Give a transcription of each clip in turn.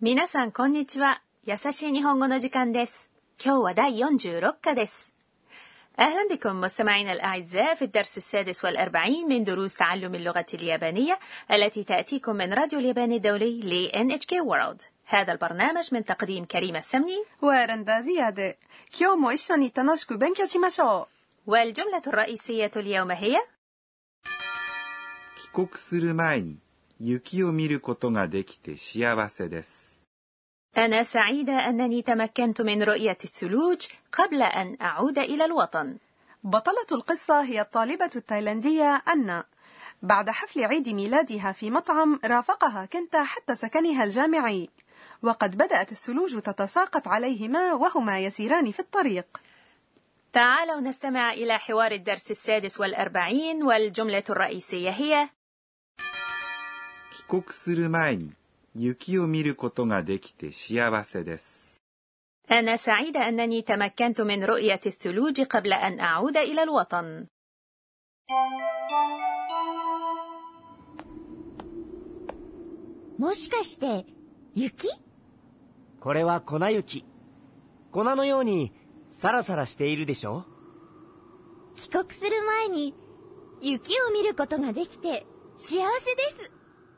皆さんこんにちは。優しい日本語の時間です。今日は第46課です。أهلا بكم مستمعينا الأعزاء في الدرس السادس والأربعين من دروس تعلم اللغة اليابانية التي تأتيكم من راديو اليابان الدولي ل NHK World. هذا البرنامج من تقديم كريمة السمني ورندا زيادة. 今日も一緒に楽しく勉強しましょう。 والجملة الرئيسية اليوم هي 帰国する前に雪を見ることができて幸せです。 أنا سعيدة أنني تمكنت من رؤية الثلوج قبل أن أعود إلى الوطن. بطلة القصة هي الطالبة التايلاندية أنا. بعد حفل عيد ميلادها في مطعم رافقها كنتا حتى سكنها الجامعي، وقد بدأت الثلوج تتساقط عليهما وهما يسيران في الطريق. تعالوا نستمع إلى حوار الدرس السادس والأربعين والجملة الرئيسية هي 帰国する前に雪を見ることができて幸せです。 أنا سعيدة أنني تمكنت من رؤية الثلوج قبل أن أعود إلى الوطن. もしかして雪？ これは粉雪。粉のようにサラサラしているでしょ？ 帰国する前に雪を見ることができて幸せです。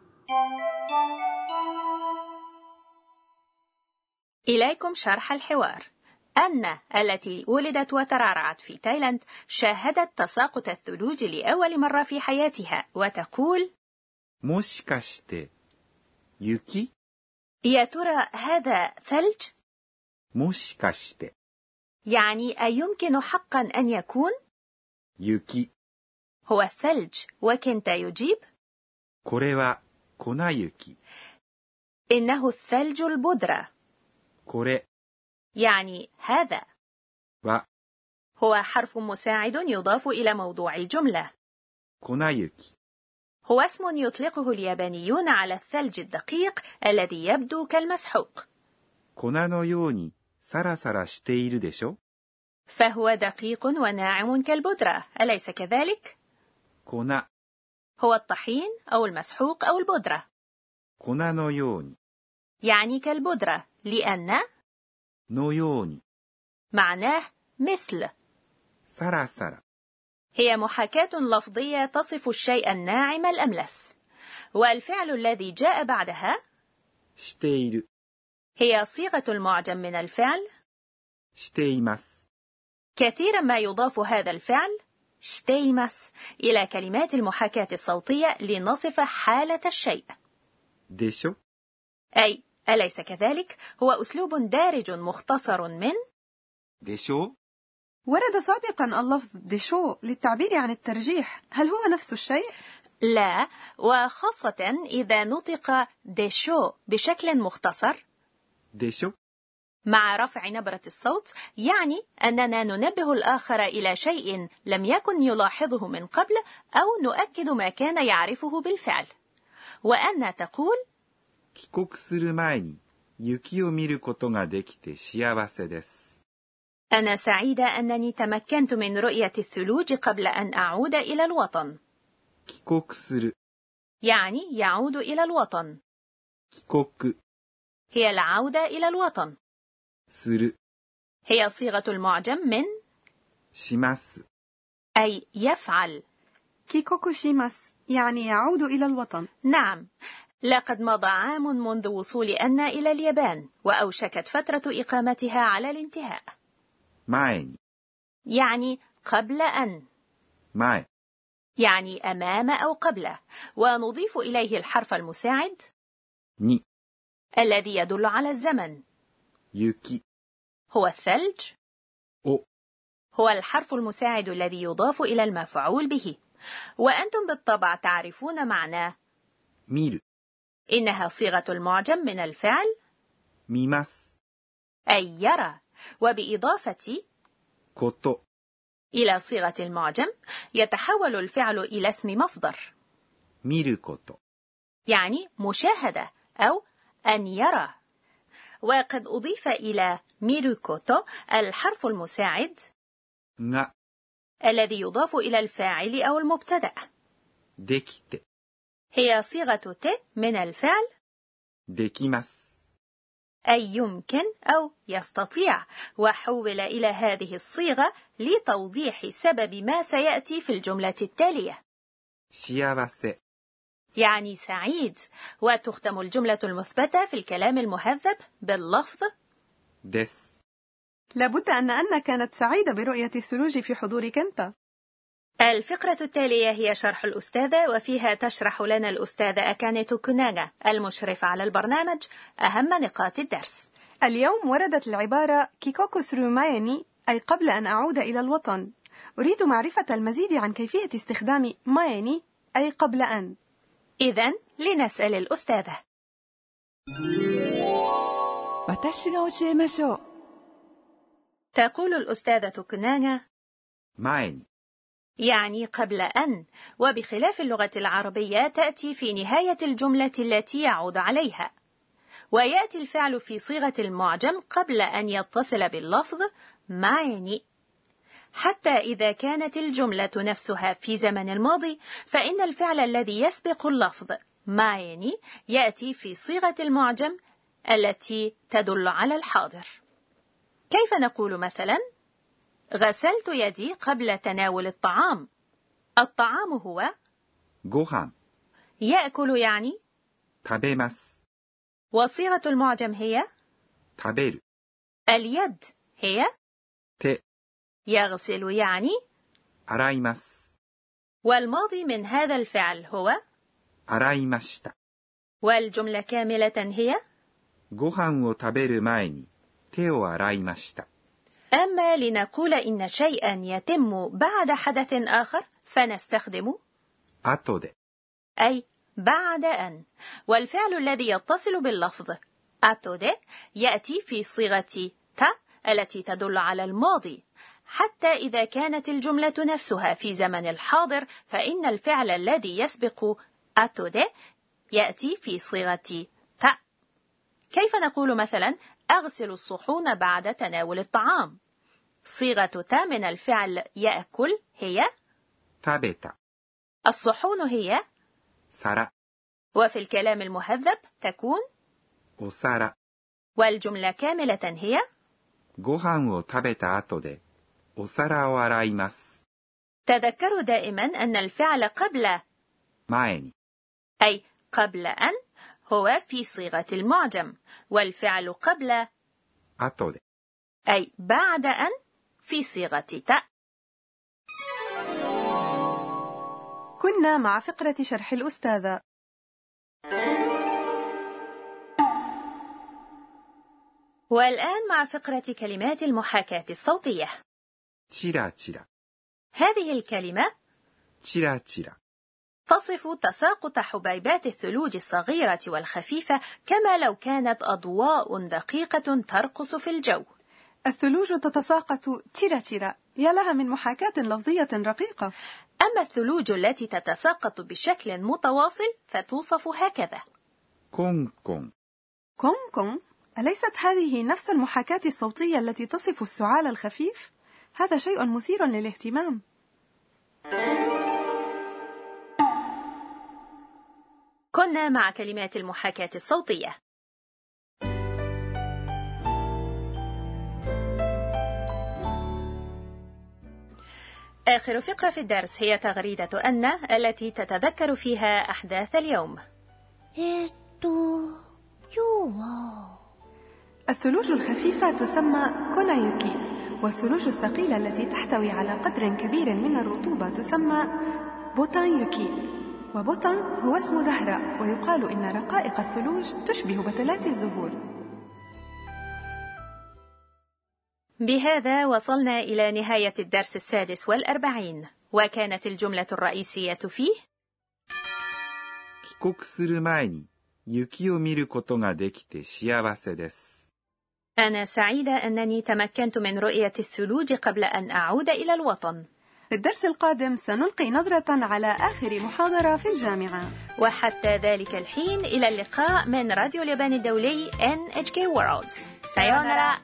إليكم شرح الحوار. أنا التي ولدت وترعرعت في تايلاند شاهدت تساقط الثلوج لأول مرة في حياتها وتقول もしかして雪？ يا ترى هذا ثلج؟ もしかして يعني أيمكن حقا أن يكون؟ 雪 هو الثلج. وكنت يجيب これは粉雪 إنه الثلج البودرة. これ يعني هذا は هو حرف مساعد يضاف إلى موضوع الجملة. 粉雪 هو اسم يطلقه اليابانيون على الثلج الدقيق الذي يبدو كالمسحوق. 粉のようにサラサラしているでしょ？ فهو دقيق وناعم كالبودرة، أليس كذلك؟ 粉 هو الطحين أو المسحوق أو البودرة. 粉のように يعني كالبودرة، لأن のように معناه مثل. サラサラ هي محاكاة لفظية تصف الشيء الناعم الأملس. والفعل الذي جاء بعدها している هي صيغة المعجم من الفعل. しています كثيرا ما يضاف هذا الفعل شتيماس إلى كلمات المحاكاة الصوتية لنصف حالة الشيء. でしょ？ أي أليس كذلك؟ هو أسلوب دارج مختصر من でしょ؟ ورد سابقا اللفظ ديشو للتعبير عن الترجيح. هل هو نفس الشيء؟ لا، وخاصة إذا نطق ديشو بشكل مختصر でしょ？ مع رفع نبرة الصوت، يعني أننا ننبه الآخر إلى شيء لم يكن يلاحظه من قبل أو نؤكد ما كان يعرفه بالفعل. وأن تقول 帰国する前に雪を見ることができて幸せです。 أنا سعيدة أنني تمكنت من رؤية الثلوج قبل أن أعود إلى الوطن. 帰国する يعني يعود إلى الوطن. 帰国 هي العودة إلى الوطن. する هي صيغة المعجم من します أي يفعل. كيكوكو شيماس يعني يعود إلى الوطن. نعم، لقد مضى عام منذ وصول أنا إلى اليابان وأوشكت فترة إقامتها على الانتهاء. 前に يعني قبل أن، 前 يعني أمام أو قبله، ونضيف إليه الحرف المساعد に الذي يدل على الزمن. 雪 هو الثلج. を هو الحرف المساعد الذي يضاف إلى المفعول به، وأنتم بالطبع تعرفون معناه. 見る إنها صيغة المعجم من الفعل 見ます أي يرى، وبإضافة こと إلى صيغة المعجم يتحول الفعل إلى اسم مصدر، 見ること يعني مشاهدة أو أن يرى. وقد أضيف إلى ميروكوتو الحرف المساعد が الذي يضاف إلى الفاعل أو المبتدأ. できて هي صيغة ت من الفعل できます أي يمكن أو يستطيع، وحول إلى هذه الصيغة لتوضيح سبب ما سيأتي في الجملة التالية. 幸せ يعني سعيد، وتختم الجملة المثبتة في الكلام المهذب باللفظ です。 لابد أن كانت سعيدة برؤية الثلوج في حضور كنتا. الفقرة التالية هي شرح الأستاذة، وفيها تشرح لنا الأستاذة أكاني توكوناغا المشرفة على البرنامج أهم نقاط الدرس. اليوم وردت العبارة كيكوكو سرو مايني، أي قبل أن أعود إلى الوطن. أريد معرفة المزيد عن كيفية استخدام مايني، أي قبل أن. إذن لنسأل الأستاذة. 私が教えましょう。 تقول الأستاذة توكوناغا 前に يعني قبل أن، وبخلاف اللغة العربية تأتي في نهاية الجملة التي يعود عليها، ويأتي الفعل في صيغة المعجم قبل أن يتصل باللفظ مايني. حتى إذا كانت الجملة نفسها في زمن الماضي، فإن الفعل الذي يسبق اللفظ مايني يأتي في صيغة المعجم التي تدل على الحاضر. كيف نقول مثلا غسلت يدي قبل تناول الطعام؟ الطعام هو ご飯 يأكل يعني 食べます وصيغة المعجم هي 食べる اليد هي 手 يغسل يعني 洗います والماضي من هذا الفعل هو 洗いました والجملة كاملة هي ご飯を食べる前に手を洗いました أما لنقول إن شيئا يتم بعد حدث آخر فنستخدم 後で أي بعد أن، والفعل الذي يتصل باللفظ أتودي يأتي في صيغة تا التي تدل على الماضي. حتى إذا كانت الجملة نفسها في زمن الحاضر، فإن الفعل الذي يسبق أتودي يأتي في صيغة تا. كيف نقول مثلا أغسل الصحون بعد تناول الطعام؟ صيغة تا من الفعل يأكل هي 食べた الصحون هي 皿 وفي الكلام المهذب تكون お皿 والجملة كاملة هي ご飯を食べた後でお皿を洗います تذكروا دائما أن الفعل قبل 前に أي قبل أن هو في صيغة المعجم، والفعل قبل 後で أي بعد أن في صيغة تا. كنا مع فقرة شرح الأستاذة. والآن مع فقرة كلمات المحاكاة الصوتية. チラチラ هذه الكلمة チラチラ تصف تساقط حبيبات الثلوج الصغيرة والخفيفة كما لو كانت أضواء دقيقة ترقص في الجو. الثلوج تتساقط تيرا تيرا، يا لها من محاكاة لفظية رقيقة. أما الثلوج التي تتساقط بشكل متواصل فتوصف هكذا コンコン كون كون. أليست هذه نفس المحاكاة الصوتية التي تصف السعال الخفيف؟ هذا شيء مثير للاهتمام. كنا مع كلمات المحاكاة الصوتية. آخر فقرة في الدرس هي تغريدة أن التي تتذكر فيها أحداث اليوم. الثلوج الخفيفة تسمى كونايوكي، والثلوج الثقيلة التي تحتوي على قدر كبير من الرطوبة تسمى بوتانيوكي. وبوتان هو اسم زهرة، ويقال إن رقائق الثلوج تشبه بتلات الزهور. بهذا وصلنا إلى نهاية الدرس 46، وكانت الجملة الرئيسية فيه 帰国する前に雪を見ることができて幸せです أنا سعيدة أنني تمكنت من رؤية الثلوج قبل أن أعود إلى الوطن. في الدرس القادم سنلقي نظرة على آخر محاضرة في الجامعة. وحتى ذلك الحين إلى اللقاء من راديو اليابان الدولي NHK World. سايونارا.